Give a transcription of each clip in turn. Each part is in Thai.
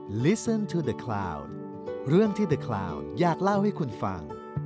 Listen to the Cloud เรื่องที่ The Cloud อยากเล่าให้คุณฟัง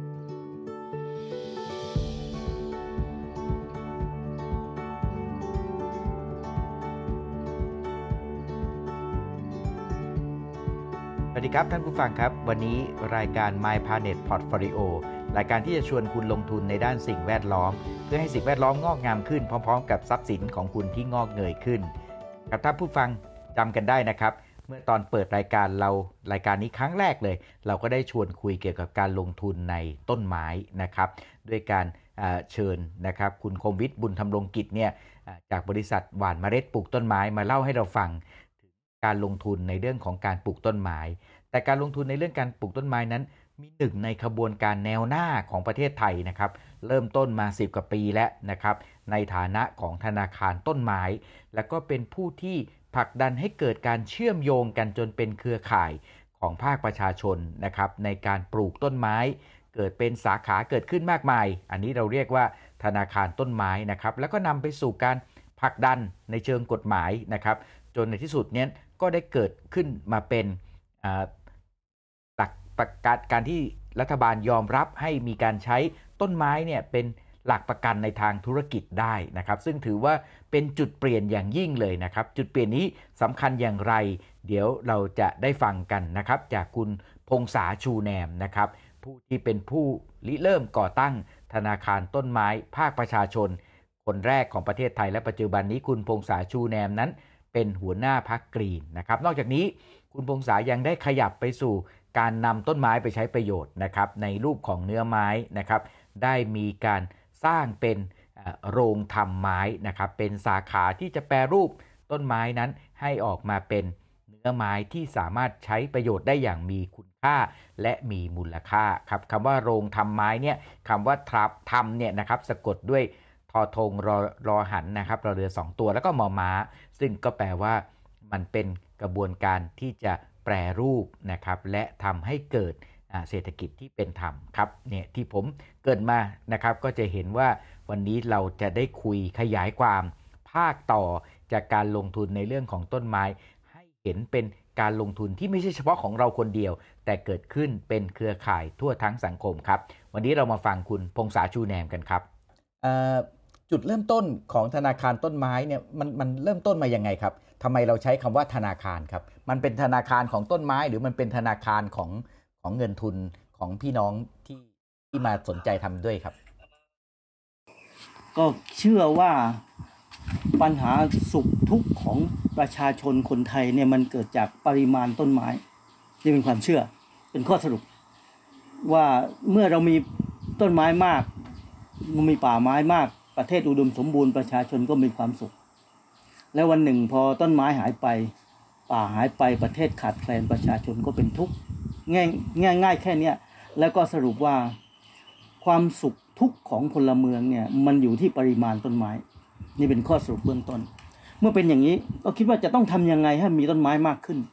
สวัสดีครับท่านผู้ฟังครับวันนี้รายการ My Planet Portfolio รายการที่จะชวนคุณลงทุนในด้านสิ่งแวดล้อมเพื่อให้สิ่งแวดล้อมงอกงามขึ้นพร้อมๆกับทรัพย์สินของคุณที่งอกเงยขึ้นครับท่านผู้ฟังจำกันได้นะครับเมื่อตอนเปิดรายการนี้ครั้งแรกเลยเราก็ได้ชวนคุยเกี่ยวกับการลงทุนในต้นไม้นะครับด้วยการเชิญนะครับคุณคมวิทย์บุญธำรงกิจเนี่ยจากบริษัทหว่านเมล็ดปลูกต้นไม้มาเล่าให้เราฟังถึงการลงทุนในเรื่องของการปลูกต้นไม้แต่การลงทุนในเรื่องการปลูกต้นไม้นั้นมีหนึ่งในขบวนการแนวหน้าของประเทศไทยนะครับเริ่มต้นมา10กว่าปีแล้วนะครับในฐานะของธนาคารต้นไม้แล้วก็เป็นผู้ที่ผลักดันให้เกิดการเชื่อมโยงกันจนเป็นเครือข่ายของภาคประชาชนนะครับในการปลูกต้นไม้เกิดเป็นสาขาเกิดขึ้นมากมายอันนี้เราเรียกว่าธนาคารต้นไม้นะครับแล้วก็นำไปสู่การผลักดันในเชิงกฎหมายนะครับจนในที่สุดเนี้ยก็ได้เกิดขึ้นมาเป็นหลักประกันการที่รัฐบาลยอมรับให้มีการใช้ต้นไม้เนี่ยเป็นหลักประกันในทางธุรกิจได้นะครับซึ่งถือว่าเป็นจุดเปลี่ยนอย่างยิ่งเลยนะครับจุดเปลี่ยนนี้สำคัญอย่างไรเดี๋ยวเราจะได้ฟังกันนะครับจากคุณพงษาชูแนมนะครับผู้ที่เป็นผู้ริเริ่มก่อตั้งธนาคารต้นไม้ภาคประชาชนคนแรกของประเทศไทยและปัจจุบันนี้คุณพงษาชูแนมนั้นเป็นหัวหน้าพรรคกรีนนะครับนอกจากนี้คุณพงษายังได้ขยับไปสู่การนำต้นไม้ไปใช้ประโยชน์นะครับในรูปของเนื้อไม้นะครับได้มีการสร้างเป็นโรงทำไม้นะครับเป็นสาขาที่จะแปรรูปต้นไม้นั้นให้ออกมาเป็นเนื้อไม้ที่สามารถใช้ประโยชน์ได้อย่างมีคุณค่าและมีมูลค่าครับคำว่าโรงทำไม้เนี่ยคำว่าทำเนี่ยนะครับสะกดด้วยทอทงรอหันนะครับรอเรือ2ตัวแล้วก็มอม้าซึ่งก็แปลว่ามันเป็นกระบวนการที่จะแปรรูปนะครับและทำให้เกิดเศรษฐกิจที่เป็นธรรมครับเนี่ยที่ผมเกิดมานะครับก็จะเห็นว่าวันนี้เราจะได้คุยขยายความภาคต่อจากการลงทุนในเรื่องของต้นไม้ให้เห็นเป็นการลงทุนที่ไม่ใช่เฉพาะของเราคนเดียวแต่เกิดขึ้นเป็นเครือข่ายทั่วทั้งสังคมครับวันนี้เรามาฟังคุณพงษาชูแนมกันครับจุดเริ่มต้นของธนาคารต้นไม้เนี่ยมันเริ่มต้นมายังไงครับทำไมเราใช้คำว่าธนาคารครับมันเป็นธนาคารของต้นไม้หรือมันเป็นธนาคารของเงินทุนของพี่น้องที่มาสนใจทำด้วยครับก็เชื่อว่าปัญหาสุขทุกข์ของประชาชนคนไทยเนี่ยมันเกิดจากปริมาณต้นไม้นี่เป็นความเชื่อเป็นข้อสรุปว่าเมื่อเรามีต้นไม้มากมีป่าไม้มากประเทศอุดมสมบูรณ์ประชาชนก็มีความสุขแล้ววันหนึ่งพอต้นไม้หายไปป่าหายไปประเทศขาดแคลนประชาชนก็เป็นทุกข์ง่ายแค่นี้แล้วก็สรุปว่าความสุขทุกข์ของพลเมืองเนี่ยมันอยู่ที่ปริมาณต้นไม้นี่เป็นข้อสรุปเบื้องต้นเมื่อเป็นอย่างนี้ก็คิดว่าจะต้องทำยังไงให้มีต้นไม้มากขึ้น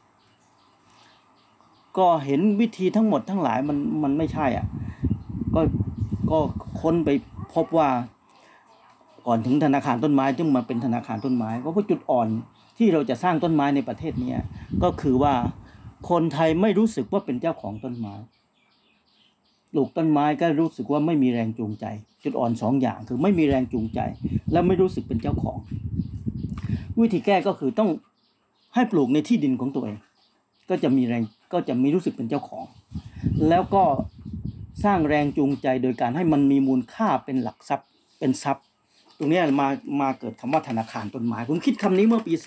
ก็เห็นวิธีทั้งหมดทั้งหลายมันไม่ใช่อ่ะก็ค้นไปพบว่าก่อนถึงธนาคารต้นไม้จึงมาเป็นธนาคารต้นไม้ก็เพราะจุดอ่อนที่เราจะสร้างต้นไม้ในประเทศนี้ก็คือว่าคนไทยไม่รู้สึกว่าเป็นเจ้าของต้นไม้ปลูกต้นไม้ก็รู้สึกว่าไม่มีแรงจูงใจจุดอ่อน2อย่างคือไม่มีแรงจูงใจและไม่รู้สึกเป็นเจ้าของวิธีแก้ก็คือต้องให้ปลูกในที่ดินของตัวเองก็จะมีรู้สึกเป็นเจ้าของแล้วก็สร้างแรงจูงใจโดยการให้มันมีมูลค่าเป็นหลักทรัพย์เป็นทรัพย์ตรงนี้มาเกิดคำว่าธนาคารต้นไม้ผมคิดคำนี้เมื่อปี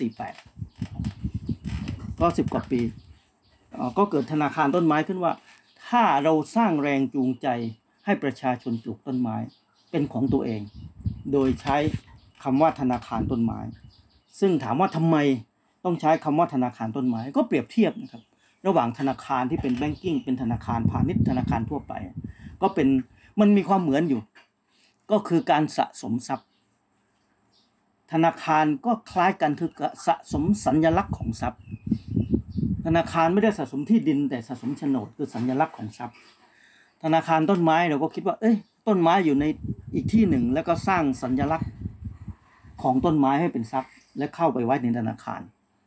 48ก็10กว่าปีก็เกิดธนาคารต้นไม้ขึ้นว่าถ้าเราสร้างแรงจูงใจให้ประชาชนปลูกต้นไม้เป็นของตัวเองโดยใช้คำว่าธนาคารต้นไม้ซึ่งถามว่าทำไมต้องใช้คำว่าธนาคารต้นไม้ก็เปรียบเทียบนะครับระหว่างธนาคารที่เป็นแบงกิ้งเป็นธนาคารพาณิชย์ธนาคารทั่วไปก็เป็นมันมีความเหมือนอยู่ก็คือการสะสมทรัพย์ธนาคารก็คล้ายกันคือสะสมสัญลักษณ์ของทรัพย์ธนาคารไม่ได้สะสมที่ดินแต่สะสมโฉนดคือสัญลักษณ์ของทรัพย์ธนาคารต้นไม้เราก็คิดว่าต้นไม้อยู่ในอีกที่หนึ่งแล้วก็สร้างสัญลักษณ์ของต้นไม้ให้เป็นทรัพย์และเข้าไปไว้ในธนาคาร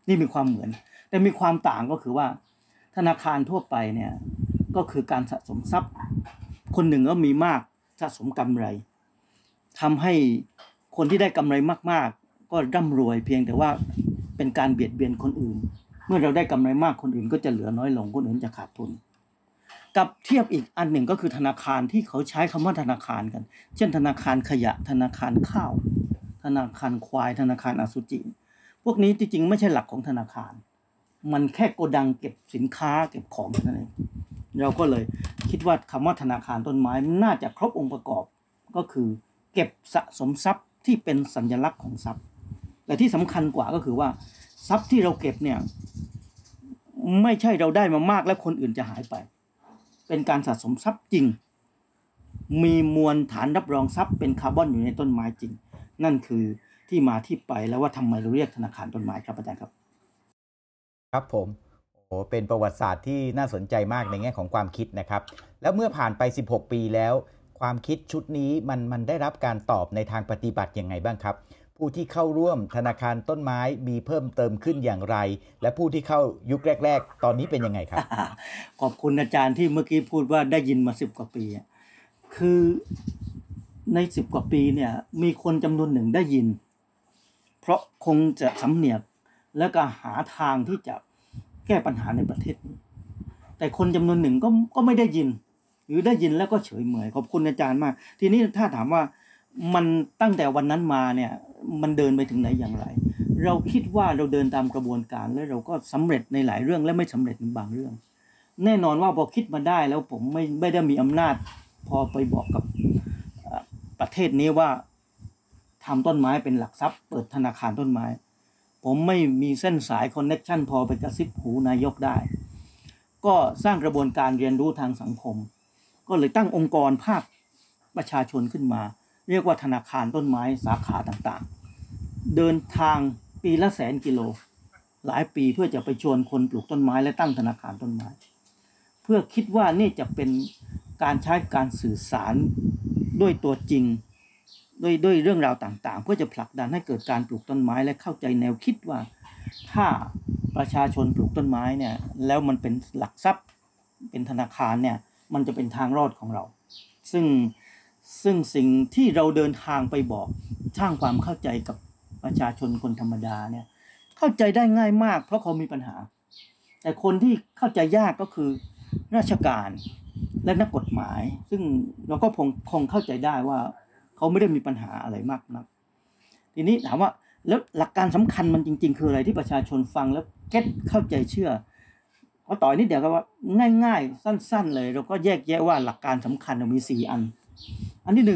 นี่มีความเหมือนแต่มีความต่างก็คือว่าธนาคารทั่วไปเนี่ยก็คือการสะสมทรัพย์คนหนึ่งก็มีมากสะสมกำไรทำให้คนที่ได้กำไรมากๆก็ร่ำรวยเพียงแต่ว่าเป็นการเบียดเบียนคนอื่นเมื่อเราได้กำไรมากคนอื่นก็จะเหลือน้อยลงคนอื่นจะขาดทุนกับเทียบอีกอันหนึ่งก็คือธนาคารที่เขาใช้คำว่าธนาคารกันเช่นธนาคารขยะธนาคารข้าวธนาคารควายธนาคารอสุจิพวกนี้จริงๆไม่ใช่หลักของธนาคารมันแค่โกดังเก็บสินค้าเก็บของนั่นเองเราก็เลยคิดว่าคำว่าธนาคารต้นไม้น่าจะครบองค์ประกอบก็คือเก็บสะสมทรัพย์ที่เป็นสัญลักษณ์ของทรัพย์แต่ที่สำคัญกว่าก็คือว่าทรัพย์ที่เราเก็บเนี่ยไม่ใช่เราได้มามากแล้วคนอื่นจะหายไปเป็นการสะสมทรัพย์จริงมีมวลฐานรับรองทรัพย์เป็นคาร์บอนอยู่ในต้นไม้จริงนั่นคือที่มาที่ไปแล้วว่าทำไมเราเรียกธนาคารต้นไม้ครับอาจารย์ครับครับผมโอ้โหเป็นประวัติศาสตร์ที่น่าสนใจมากในแง่ของความคิดนะครับแล้วเมื่อผ่านไป16ปีแล้วความคิดชุดนี้มันได้รับการตอบในทางปฏิบัติยังไงบ้างครับผู้ที่เข้าร่วมธนาคารต้นไม้มีเพิ่มเติมขึ้นอย่างไรและผู้ที่เข้ายุคแรกๆตอนนี้เป็นยังไงครับขอบคุณอาจารย์ที่เมื่อกี้พูดว่าได้ยินมา10 กว่าปีคือใน10 กว่าปีเนี่ยมีคนจำนวนหนึ่งได้ยินเพราะคงจะสำเนียกและก็หาทางที่จะแก้ปัญหาในประเทศนี้แต่คนจำนวนหนึ่งก็ไม่ได้ยินหรือได้ยินแล้วก็เฉยเมยขอบคุณอาจารย์มากทีนี้ถ้าถามว่ามันตั้งแต่วันนั้นมาเนี่ยมันเดินไปถึงไหนอย่างไรเราคิดว่าเราเดินตามกระบวนการและเราก็สำเร็จในหลายเรื่องและไม่สำเร็จในบางเรื่องแน่นอนว่าพอคิดมาได้แล้วผมไม่ได้มีอำนาจพอไปบอกกับประเทศนี้ว่าทำต้นไม้เป็นหลักทรัพย์เปิดธนาคารต้นไม้ผมไม่มีเส้นสายคอนเนคชั่นพอไปกระซิบหูนายกได้ก็สร้างกระบวนการเรียนรู้ทางสังคมก็เลยตั้งองค์กรภาคประชาชนขึ้นมาเรียกว่าธนาคารต้นไม้สาขาต่างๆเดินทางปีละ100,000 กิโลหลายปีเพื่อจะไปชวนคนปลูกต้นไม้และตั้งธนาคารต้นไม้เพื่อคิดว่านี่จะเป็นการใช้การสื่อสารด้วยตัวจริงด้วยเรื่องราวต่างๆเพื่อจะผลักดันให้เกิดการปลูกต้นไม้และเข้าใจแนวคิดว่าถ้าประชาชนปลูกต้นไม้เนี่ยแล้วมันเป็นหลักทรัพย์เป็นธนาคารเนี่ยมันจะเป็นทางรอดของเราซึ่งสิ่งที่เราเดินทางไปบอกสร้างความเข้าใจกับประชาชนคนธรรมดาเนี่ยเข้าใจได้ง่ายมากเพราะเขามีปัญหาแต่คนที่เข้าใจยากก็คือราชการและนักกฎหมายซึ่งเราก็คงเข้าใจได้ว่าเขาไม่ได้มีปัญหาอะไรมากนักทีนี้ถามว่าแล้วหลักการสำคัญมันจริงๆคืออะไรที่ประชาชนฟังแล้วเก็ตเข้าใจเชื่อก็ต่อนิดเดียวก็ว่าง่ายๆสั้นๆเลยเราก็แยกแยะว่าหลักการสำคัญมี4 อันที่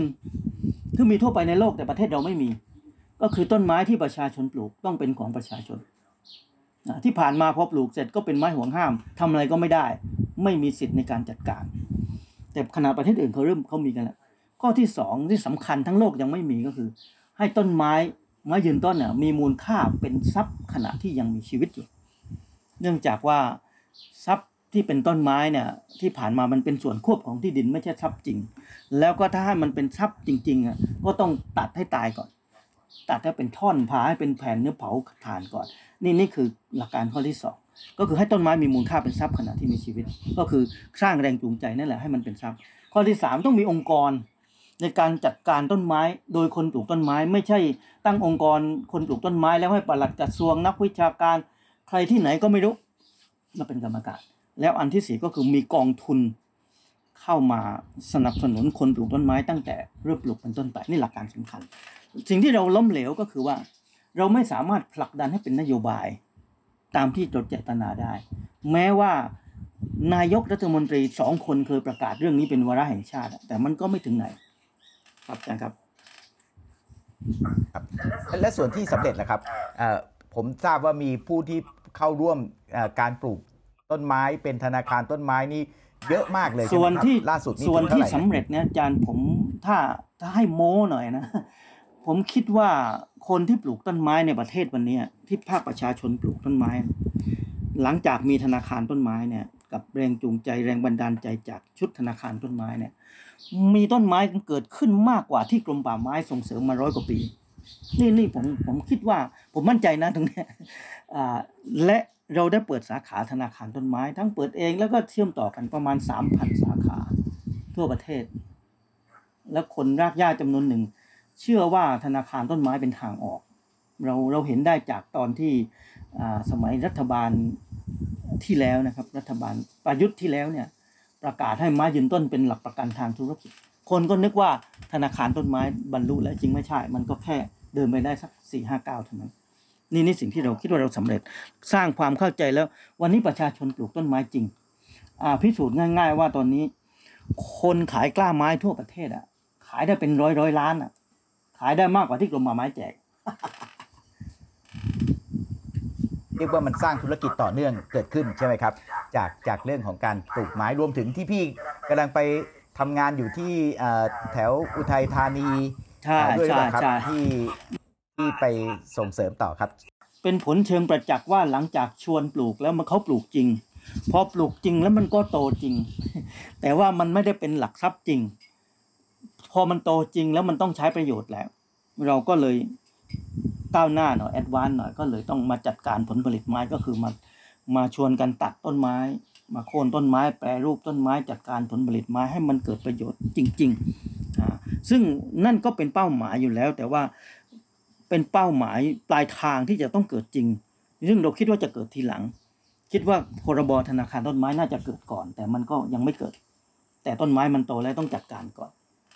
1คือมีทั่วไปในโลกแต่ประเทศเราไม่มีก็คือต้นไม้ที่ประชาชนปลูกต้องเป็นของประชาชนที่ผ่านมาพอปลูกเสร็จก็เป็นไม้ห่วงห้ามทำอะไรก็ไม่ได้ไม่มีสิทธิ์ในการจัดการแต่ขณะประเทศอื่นเขามีกันแล้วข้อที่2ที่สำคัญทั้งโลกยังไม่มีก็คือให้ต้นไม้ยืนต้นมีมูลค่าเป็นทรัพย์ขณะที่ยังมีชีวิตอยู่เนื่องจากว่าทรัพย์ที่เป็นต้นไม้เนี่ยที่ผ่านมามันเป็นส่วนควบของที่ดินไม่ใช่ทรัพย์จริงแล้วก็ถ้าให้มันเป็นทรัพย์จริงๆก็ต้องตัดให้ตายก่อนตัดให้เป็นท่อนผ่าให้เป็นแผ่นเนื้อเผาถ่านก่อนนี่คือหลักการข้อที่2ก็คือให้ต้นไม้มีมูลค่าเป็นทรัพย์ขณะที่มีชีวิตก็คือสร้างแรงจูงใจนั่นแหละให้มันเป็นทรัพย์ข้อที่3ต้องมีองค์กรในการจัดการต้นไม้โดยคนปลูกต้นไม้ไม่ใช่ตั้งองค์กรคนปลูกต้นไม้แล้วให้ปลัดกระทรวงนักวิชาการใครที่ไหนก็ไม่รู้มาเป็นกรรมการแล้วอันที่4ก็คือมีกองทุนเข้ามาสนับสนุนคนปลูกต้นไม้ตั้งแต่เริ่มปลูกเป็นต้นไปนี่หลักการสำคัญสิ่งที่เราล้มเหลวก็คือว่าเราไม่สามารถผลักดันให้เป็นนโยบายตามที่เราเจตนาได้แม้ว่านายกรัฐมนตรี2 คนเคยประกาศเรื่องนี้เป็นวาระแห่งชาติแต่มันก็ไม่ถึงไหนครับอาจารย์ครับและส่วนที่สำเร็จล่ะครับผมทราบว่ามีผู้ที่เข้าร่วมการปลูกต้นไม้เป็นธนาคารต้นไม้นี่เยอะมากเลยส่วนที่ล่าสุดนี่ส่วนที่สำเร็จเนี่ยอาจารย์ผมถ้าให้โม้หน่อยนะผมคิดว่าคนที่ปลูกต้นไม้ในประเทศวันนี้ที่ภาคประชาชนปลูกต้นไม้หลังจากมีธนาคารต้นไม้เนี่ยกับแรงจูงใจแรงบันดาลใจจากชุดธนาคารต้นไม้เนี่ยมีต้นไม้เกิดขึ้นมากกว่าที่กรมป่าไม้ส่งเสริมมา100 กว่าปีนี่ผมคิดว่าผมมั่นใจนะตรงเนี้ยและเราได้เปิดสาขาธนาคารต้นไม้ทั้งเปิดเองแล้วก็เชื่อมต่อกันประมาณ 3,000 สาขาทั่วประเทศและคนรากหญ้าจำนวนหนึ่งเชื่อว่าธนาคารต้นไม้เป็นทางออกเราเห็นได้จากตอนที่สมัยรัฐบาลที่แล้วนะครับรัฐบาลประยุทธ์ที่แล้วเนี่ยประกาศให้ไม้ยืนต้นเป็นหลักประกันทางธุรกิจคนก็นึกว่าธนาคารต้นไม้บรรลุแล้วจริงไม่ใช่มันก็แค่เดินไปได้สัก 4-5 ก้าวเท่านั้นนี่สิ่งที่เราคิดว่าเราสำเร็จสร้างความเข้าใจแล้ววันนี้ประชาชนปลูกต้นไม้จริงพิสูจน์ง่ายๆว่าตอนนี้คนขายกล้าไม้ทั่วประเทศขายได้เป็นร้อยล้านขายได้มากกว่าที่กรมป่าไม้แจกเรียกว่ามันสร้างธุรกิจต่อเนื่องเกิดขึ้นใช่ไหมครับจากเรื่องของการปลูกไม้รวมถึงที่พี่กำลังไปทำงานอยู่ที่แถวอุทัยธานีด้วยนะครับที่ไปส่งเสริมต่อครับเป็นผลเชิงประจักษ์ว่าหลังจากชวนปลูกแล้วมันเขาปลูกจริงพอปลูกจริงแล้วมันก็โตจริงแต่ว่ามันไม่ได้เป็นหลักทรัพย์จริงพอมันโตจริงแล้วมันต้องใช้ประโยชน์แล้วเราก็เลยก้าวหน้าหน่อยแอดวานซ์หน่อยก็เลยต้องมาจัดการผลผลิตไม้ก็คือมาชวนกันตัดต้นไม้มาโค่นต้นไม้แปรรูปต้นไม้จัดการผลผลิตไม้ให้มันเกิดประโยชน์จริงๆซึ่งนั่นก็เป็นเป้าหมายอยู่แล้วแต่ว่าเป็นเป้าหมายปลายทางที่จะต้องเกิดจริงซึ่งเราคิดว่าจะเกิดทีหลังคิดว่าพรบธนาคารต้นไม้น่าจะเกิดก่อนแต่มันก็ยังไม่เกิดแต่ต้นไม้มันโตแล้วต้องจัดการก่อน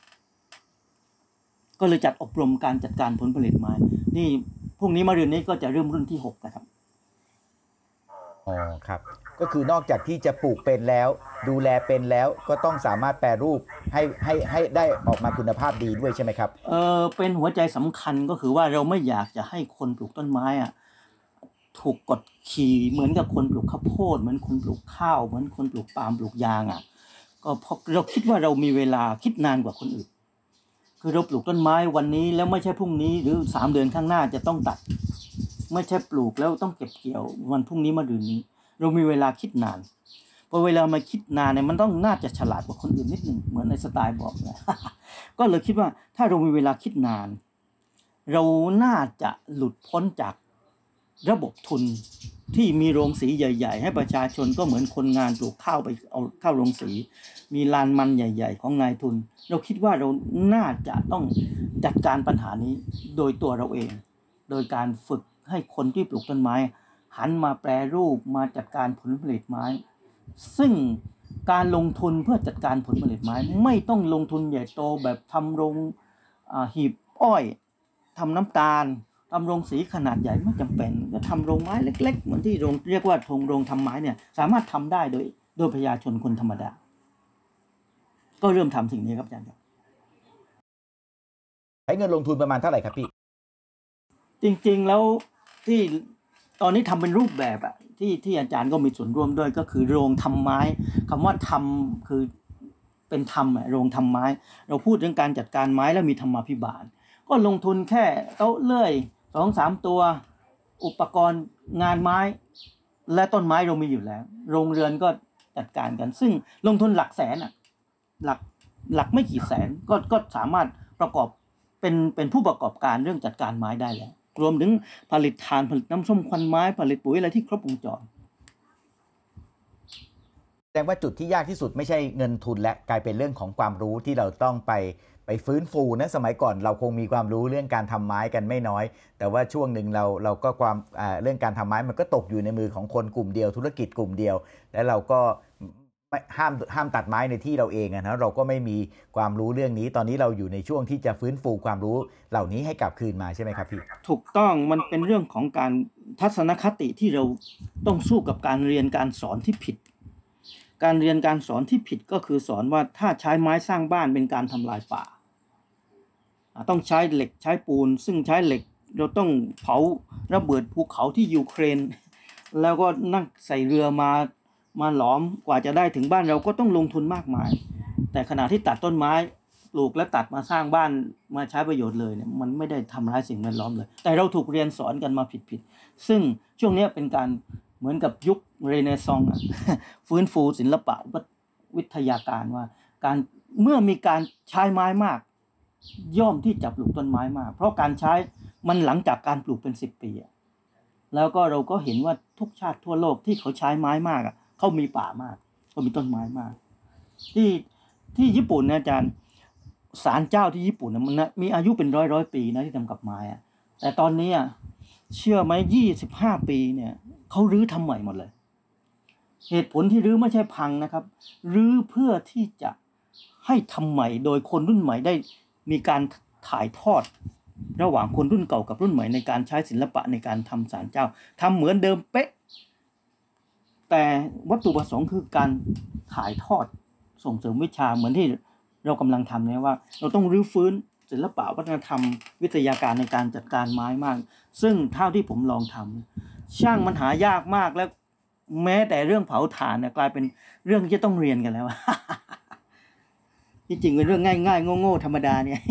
ก็เลยจัดอบรมการจัดการผลผลิตไม้นี่พรุ่งนี้มะรืนนี้ก็จะเริ่มรุ่นที่6นะครับอ๋อครับก็คือนอกจากที่จะปลูกเป็นแล้วดูแลเป็นแล้วก็ต้องสามารถแปรรูปให้ได้ออกมาคุณภาพดีด้วยใช่ไหมครับเป็นหัวใจสำคัญก็คือว่าเราไม่อยากจะให้คนปลูกต้นไม้ถูกกดขี่เหมือนกับคนปลูกข้าวโพดเหมือนคนปลูกข้าวเหมือนคนปลูกปาล์มปลูกยางก็เพราะเราคิดว่าเรามีเวลาคิดนานกว่าคนอื่นคือเราปลูกต้นไม้วันนี้แล้วไม่ใช่พรุ่งนี้หรือ3 เดือนข้างหน้าจะต้องตัดไม่ใช่ปลูกแล้วต้องเก็บเกี่ยววันพรุ่งนี้มะรืนนี้เรามีเวลาคิดนานพอเวลามาคิดนานเนี่ยมันต้องน่าจะฉลาดกว่าคนอื่นนิดนึงเหมือนในสไตล์บอกนะ ก็เลยคิดว่าถ้าเรามีเวลาคิดนานเราน่าจะหลุดพ้นจากระบบทุนที่มีโรงสีใหญ่ๆให้ประชาชนก็เหมือนคนงานปลูกข้าวไปเอาข้าวโรงสีมีลานมันใหญ่ๆของนายทุนเราคิดว่าเราน่าจะต้องจัดการปัญหานี้โดยตัวเราเองโดยการฝึกให้คนที่ปลูกต้นไม้หันมาแปรรูปมาจัดการผลผลิตไม้ซึ่งการลงทุนเพื่อจัดการผลผลิตไม้ไม่ต้องลงทุนใหญ่โตแบบทำโรงหีบอ้อยทำน้ำตาลทำโรงสีขนาดใหญ่ไม่จำเป็นก็ทำโรงไม้เล็กๆเหมือนที่เรียกว่าโรงทำไม้เนี่ยสามารถทำได้โดยประชาชนคนธรรมดาก็เริ่มทำสิ่งนี้ครับอาจารย์ครับใช้เงินลงทุนประมาณเท่าไหร่ครับพี่จริงๆแล้วที่ตอนนี้ทำเป็นรูปแบบที่อาจารย์ก็มีส่วนร่วมด้วยก็คือโรงทำไม้คำว่าทำคือเป็นทำโรงทำไม้เราพูดเรื่องการจัดการไม้แล้วมีธรรมาภิบาลก็ลงทุนแค่โต๊ะเลื่อย 2-3 ตัวอุปกรณ์งานไม้และต้นไม้เรามีอยู่แล้วโรงเรือนก็จัดการกันซึ่งลงทุนหลักแสนหลักไม่กี่แสนก็สามารถประกอบเป็นผู้ประกอบการเรื่องจัดการไม้ได้แล้วรวมถึงผลิตถ่านผลิตน้ำส้มควันไม้ผลิตปุ๋ยอะไรที่ครบวงจรแสดงว่าจุดที่ยากที่สุดไม่ใช่เงินทุนและกลายเป็นเรื่องของความรู้ที่เราต้องไปฟื้นฟูนะสมัยก่อนเราคงมีความรู้เรื่องการทำไม้กันไม่น้อยแต่ว่าช่วงหนึ่งเราก็เรื่องการทำไม้มันก็ตกอยู่ในมือของคนกลุ่มเดียวธุรกิจกลุ่มเดียวและเราก็ห้ามตัดไม้ในที่เราเองนะเราก็ไม่มีความรู้เรื่องนี้ตอนนี้เราอยู่ในช่วงที่จะฟื้นฟูความรู้เหล่านี้ให้กลับคืนมาใช่ไหมครับพี่ถูกต้องมันเป็นเรื่องของการทัศนคติที่เราต้องสู้กับการเรียนการสอนที่ผิดการเรียนการสอนที่ผิดก็คือสอนว่าถ้าใช้ไม้สร้างบ้านเป็นการทำลายป่าต้องใช้เหล็กใช้ปูนซึ่งใช้เหล็กเราต้องเผาระเบิดภูเขาที่ยูเครนแล้วก็นั่งใส่เรือมาหลอมกว่าจะได้ถึงบ้านเราก็ต้องลงทุนมากมายแต่ขณะที่ตัดต้นไม้ปลูกและตัดมาสร้างบ้านมาใช้ประโยชน์เลยเนี่ยมันไม่ได้ทำร้ายสิ่งแวดล้อมเลยแต่เราถูกเรียนสอนกันมาผิดซึ่งช่วงนี้เป็นการเหมือนกับยุคเรเนซองส์ฟื้นฟูศิลปะวิทยาการว่าการเมื่อมีการใช้ไม้มากย่อมที่จะปลูกต้นไม้มากเพราะการใช้มันหลังจากการปลูกเป็น10 ปีแล้วก็เราก็เห็นว่าทุกชาติทั่วโลกที่เขาใช้ไม้มากเขามีป่ามากเขามีต้นไม้มากที่ญี่ปุ่นนะอาจารย์ศาลเจ้าที่ญี่ปุ่นมันมีอายุเป็นร้อยปีนะที่ทำกับไม้แต่ตอนนี้เชื่อไหม25 ปีเนี่ยเขารื้อทำใหม่หมดเลยเหตุผลที่รื้อไม่ใช่พังนะครับรื้อเพื่อที่จะให้ทำใหม่โดยคนรุ่นใหม่ได้มีการถ่ายทอดระหว่างคนรุ่นเก่ากับรุ่นใหม่ในการใช้ศิลปะในการทำศาลเจ้าทำเหมือนเดิมเป๊ะแต่วัตถุประสงค์คือการถ่ายทอดส่งเสริมวิชาเหมือนที่เรากำลังทำเนี่ยว่าเราต้องรื้อฟื้นศิลปะวัฒนธรรมวิทยาการในการจัดการไม้มากซึ่งเท่าที่ผมลองทำช่างมันหายากมากแล้วแม้แต่เรื่องเผาถ่านกลายเป็นเรื่องที่จะต้องเรียนกันแล้ว ที่จริงเป็นเรื่องง่ายๆโง่ๆธรรมดาเนี่ย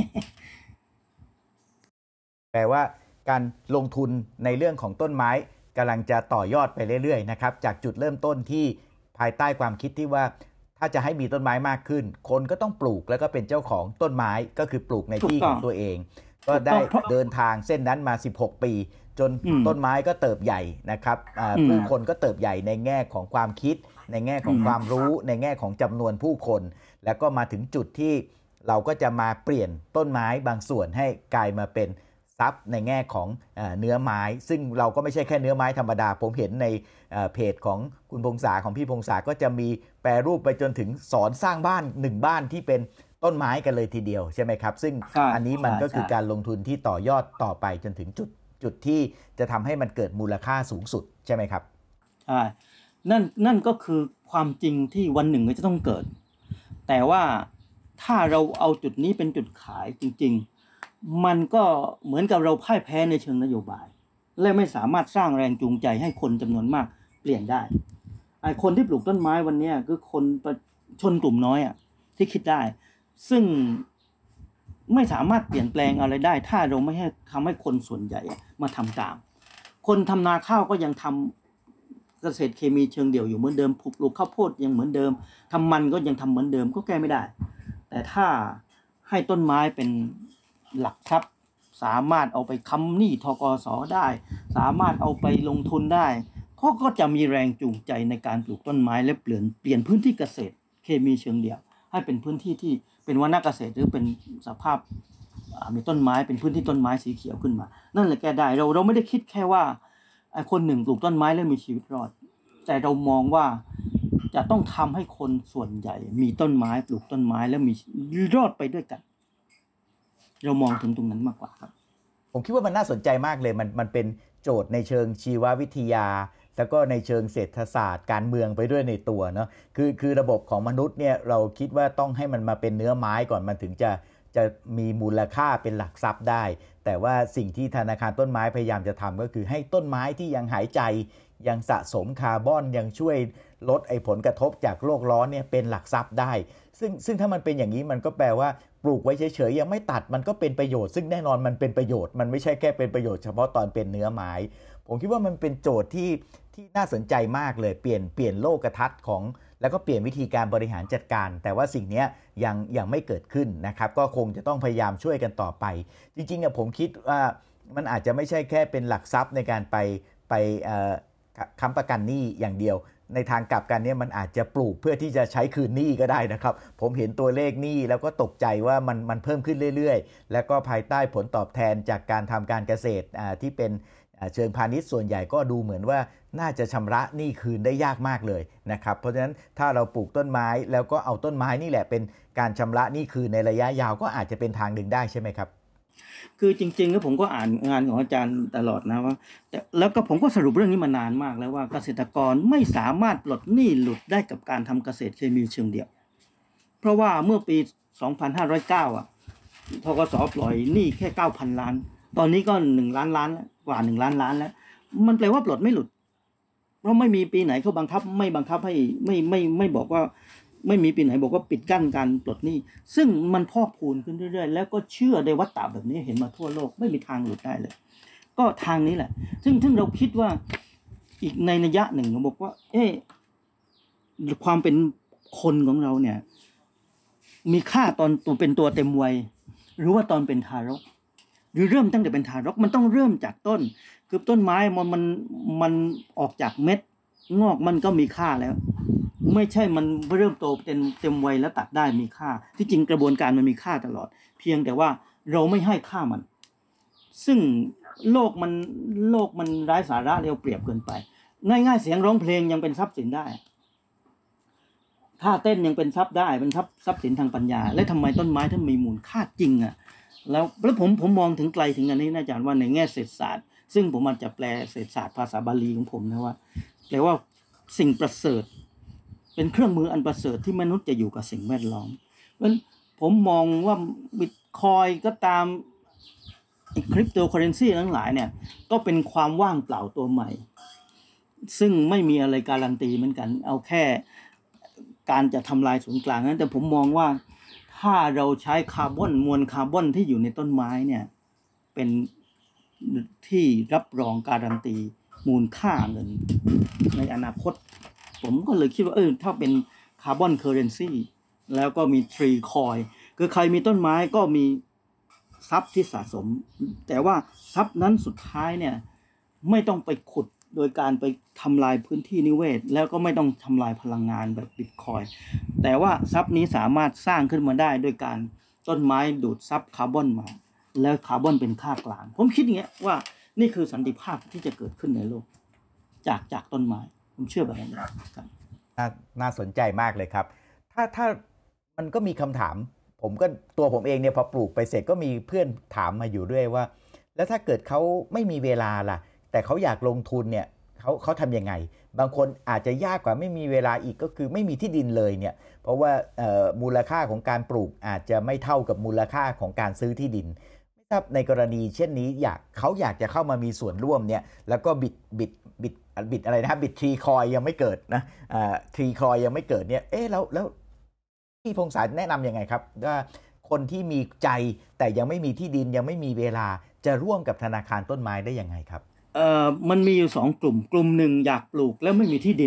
แปลว่าการลงทุนในเรื่องของต้นไม้กำลังจะต่อยอดไปเรื่อยๆนะครับจากจุดเริ่มต้นที่ภายใต้ความคิดที่ว่าถ้าจะให้มีต้นไม้มากขึ้นคนก็ต้องปลูกแล้วก็เป็นเจ้าของต้นไม้ก็คือปลูกในที่ของตัวเองก็ได้เดินทางเส้นนั้นมา16 ปีจนต้นไม้ก็เติบใหญ่นะครับผู้คนก็เติบใหญ่ในแง่ของความคิดในแง่ของความรู้ในแง่ของจำนวนผู้คนแล้วก็มาถึงจุดที่เราก็จะมาเปลี่ยนต้นไม้บางส่วนให้กลายมาเป็นทรัพย์ในแง่ของเนื้อไม้ซึ่งเราก็ไม่ใช่แค่เนื้อไม้ธรรมดาผมเห็นในเพจของคุณพงษาของพี่พงษาก็จะมีแปรรูปไปจนถึงสอนสร้างบ้าน1บ้านที่เป็นต้นไม้กันเลยทีเดียวใช่ไหมครับซึ่งอันนี้มันก็คือการลงทุนที่ต่อยอดต่อไปจนถึงจุดที่จะทำให้มันเกิดมูลค่าสูงสุดใช่ไหมครับใช่นั่นก็คือความจริงที่วันหนึ่งก็จะต้องเกิดแต่ว่าถ้าเราเอาจุดนี้เป็นจุดขายจริงๆมันก็เหมือนกับเราพ่ายแพ้ในเชิงนโยบายและไม่สามารถสร้างแรงจูงใจให้คนจำนวนมากเปลี่ยนได้ไอ้คนที่ปลูกต้นไม้วันนี้คือคนชนกลุ่มน้อยที่คิดได้ซึ่งไม่สามารถเปลี่ยนแปลงอะไรได้ถ้าเราไม่ให้ทำให้คนส่วนใหญ่มาทำตามคนทำนาข้าวก็ยังทำเกษตรเคมีเชิงเดี่ยวอยู่เหมือนเดิมปลูกข้าวโพดยังเหมือนเดิมทำมันก็ยังทำเหมือนเดิมก็แก้ไม่ได้แต่ถ้าให้ต้นไม้เป็นหลักทรัพย์สามารถเอาไปค้ำหนี้ธกส.ได้สามารถเอาไปลงทุนได้ก็จะมีแรงจูงใจในการปลูกต้นไม้และเปลี่ยนพื้นที่เกษตรเคมีเชิงเดี่ยวให้เป็นพื้นที่ที่เป็นวรรณเกษตรหรือเป็นสภาพมีต้นไม้เป็นพื้นที่ต้นไม้สีเขียวขึ้นมานั่นแหละแก้ได้เราไม่ได้คิดแค่ว่าคนหนึ่งปลูกต้นไม้แล้วมีชีวิตรอดแต่เรามองว่าจะต้องทำให้คนส่วนใหญ่มีต้นไม้ปลูกต้นไม้แล้วมีรอดไปด้วยกันเรามองถึงตรงนั้นมากกว่าครับผมคิดว่ามันน่าสนใจมากเลยมันเป็นโจทย์ในเชิงชีววิทยาแล้วก็ในเชิงเศรษฐศาสตร์การเมืองไปด้วยในตัวเนาะคือระบบของมนุษย์เนี่ยเราคิดว่าต้องให้มันมาเป็นเนื้อไม้ก่อนมันถึงจะมีมูลค่าเป็นหลักทรัพย์ได้แต่ว่าสิ่งที่ธนาคารต้นไม้พยายามจะทำก็คือให้ต้นไม้ที่ยังหายใจยังสะสมคาร์บอนยังช่วยลดไอ้ผลกระทบจากโลกร้อนเนี่ยเป็นหลักทรัพย์ได้ซึ่งถ้ามันเป็นอย่างนี้มันก็แปลว่าปลูกไว้เฉยๆยังไม่ตัดมันก็เป็นประโยชน์ซึ่งแน่นอนมันเป็นประโยชน์มันไม่ใช่แค่เป็นประโยชน์เฉพาะตอนเป็นเนื้อไม้ผมคิดว่ามันเป็นโจทย์ที่น่าสนใจมากเลยเปลี่ยนโลกทัศน์ของแล้วก็เปลี่ยนวิธีการบริหารจัดการแต่ว่าสิ่งนี้ยังไม่เกิดขึ้นนะครับก็คงจะต้องพยายามช่วยกันต่อไปจริงๆผมคิดว่ามันอาจจะไม่ใช่แค่เป็นหลักทรัพย์ในการไปค้ำประกันหนี้อย่างเดียวในทางกลับกันเนี่ยมันอาจจะปลูกเพื่อที่จะใช้คืนหนี้ก็ได้นะครับผมเห็นตัวเลขหนี้แล้วก็ตกใจว่ามันเพิ่มขึ้นเรื่อยๆแล้วก็ภายใต้ผลตอบแทนจากการทำการเกษตรที่เป็นเชิงพาณิชย์ส่วนใหญ่ก็ดูเหมือนว่าน่าจะชำระหนี้คืนได้ยากมากเลยนะครับเพราะฉะนั้นถ้าเราปลูกต้นไม้แล้วก็เอาต้นไม้นี่แหละเป็นการชำระหนี้คืนในระยะยาวก็อาจจะเป็นทางหนึ่งได้ใช่ไหมครับคือจริงๆแล้วผมก็อ่านงานของอาจารย์ตลอดนะว่าแล้วก็ผมก็สรุปเรื่องนี้มานานมากแล้วว่าเกษตรกรไม่สามารถปลดหนี้หลุดได้กับการทำเกษตรเคมีเชิงเดี่ยวเพราะว่าเมื่อปี 2509 ธกส.ปล่อยหนี้แค่ 9,000 ล้านตอนนี้ก็1 ล้านล้านแล้วกว่า1 ล้านล้านแล้วมันแปลว่าปลดไม่หลุดเพราะไม่มีปีไหนเขาบังคับให้ไม่บอกว่าไม่มีปีไหนบอกว่าปิดกั้นการปลดหนี้ซึ่งมันพอกพูนขึ้นเรื่อยๆแล้วก็เชื่อในวัฏฏะแบบนี้เห็นมาทั่วโลกไม่มีทางหลุดได้เลยก็ทางนี้แหละซึ่งเราคิดว่าอีกในนัยยะหนึ่งเราบอกว่าความเป็นคนของเราเนี่ยมีค่าตอนตัวเป็นตัวเต็มวัยหรือว่าตอนเป็นทารกหรือเริ่มตั้งแต่เป็นทารกมันต้องเริ่มจากต้นคือต้นไม้มันออกจากเม็ดงอกมันก็มีค่าแล้วไม่ใช่มันเริ่มโตเต็มวัยแล้วตัดได้มีค่าที่จริงกระบวนการมันมีค่าตลอดเพียงแต่ว่าเราไม่ให้ค่ามันซึ่งโลกมันไร้สาระเร็วเปรียบเกินไปง่ายๆเสียงร้องเพลงยังเป็นทรัพย์สินได้ท่าเต้นยังเป็นทรัพย์ได้เป็นทรัพย์สินทางปัญญาและทำไมต้นไม้ถึงมีมูลค่าจริงอ่ะแล้วผมมองถึงไกลถึงอันนี้นะอาจารย์ว่าในแง่เศรษฐศาสตร์ซึ่งผมอาจจะแปลเศรษฐศาสตร์ภาษาบาลีของผมนะว่าแปลว่าสิ่งประเสริฐเป็นเครื่องมืออันประเสริฐที่มนุษย์จะอยู่กับสิ่งแวดล้อมเพราะฉะนั้นผมมองว่าบิตคอยก็ตามคริปโตเคอเรนซีทั้งหลายเนี่ยก็เป็นความว่างเปล่าตัวใหม่ซึ่งไม่มีอะไรการันตีเหมือนกันเอาแค่การจะทำลายศูนย์กลางนั้นแต่ผมมองว่าถ้าเราใช้คาร์บอนมวลคาร์บอนที่อยู่ในต้นไม้เนี่ยเป็นที่รับรองการันตีมูลค่าเงินในอนาคตผมก็เลยคิดว่าถ้าเป็นคาร์บอนเคอเรนซีแล้วก็มีทรีคอยคือใครมีต้นไม้ก็มีทรัพย์ที่สะสมแต่ว่าทรัพย์นั้นสุดท้ายเนี่ยไม่ต้องไปขุดโดยการไปทำลายพื้นที่นิเวศแล้วก็ไม่ต้องทำลายพลังงานแบบบิตคอยแต่ว่าทรัพย์นี้สามารถสร้างขึ้นมาได้โดยการต้นไม้ดูดซับคาร์บอนมาแล้วคาร์บอนเป็นค่ากลางผมคิดอย่างเงี้ยว่านี่คือสันติภาพที่จะเกิดขึ้นในโลกจากต้นไม้ผมเชื่อแบบนั้นครับน่าสนใจมากเลยครับถ้ามันก็มีคำถามตัวผมเองเนี่ยพอปลูกไปเสร็จก็มีเพื่อนถามมาอยู่ด้วยว่าแล้วถ้าเกิดเขาไม่มีเวลาล่ะแต่เขาอยากลงทุนเนี่ยเขาทำยังไงบางคนอาจจะยากกว่าไม่มีเวลาอีกก็คือไม่มีที่ดินเลยเนี่ยเพราะว่ามูลค่าของการปลูกอาจจะไม่เท่ากับมูลค่าของการซื้อที่ดินไม่ทราบในกรณีเช่นนี้เขาอยากจะเข้ามามีส่วนร่วมเนี่ยแล้วก็บิดอะไรนะบิดทรีคอยยังไม่เกิดนะทรีคอยยังไม่เกิดเนี่ยแล้วพี่พงศาแนะนำยังไงครับว่าคนที่มีใจแต่ยังไม่มีที่ดินยังไม่มีเวลาจะร่วมกับธนาคารต้นไม้ได้ยังไงครับมันมีอยู่2กลุ่มหนึ่งอยากปลูกแล้วไม่มีที่ดิน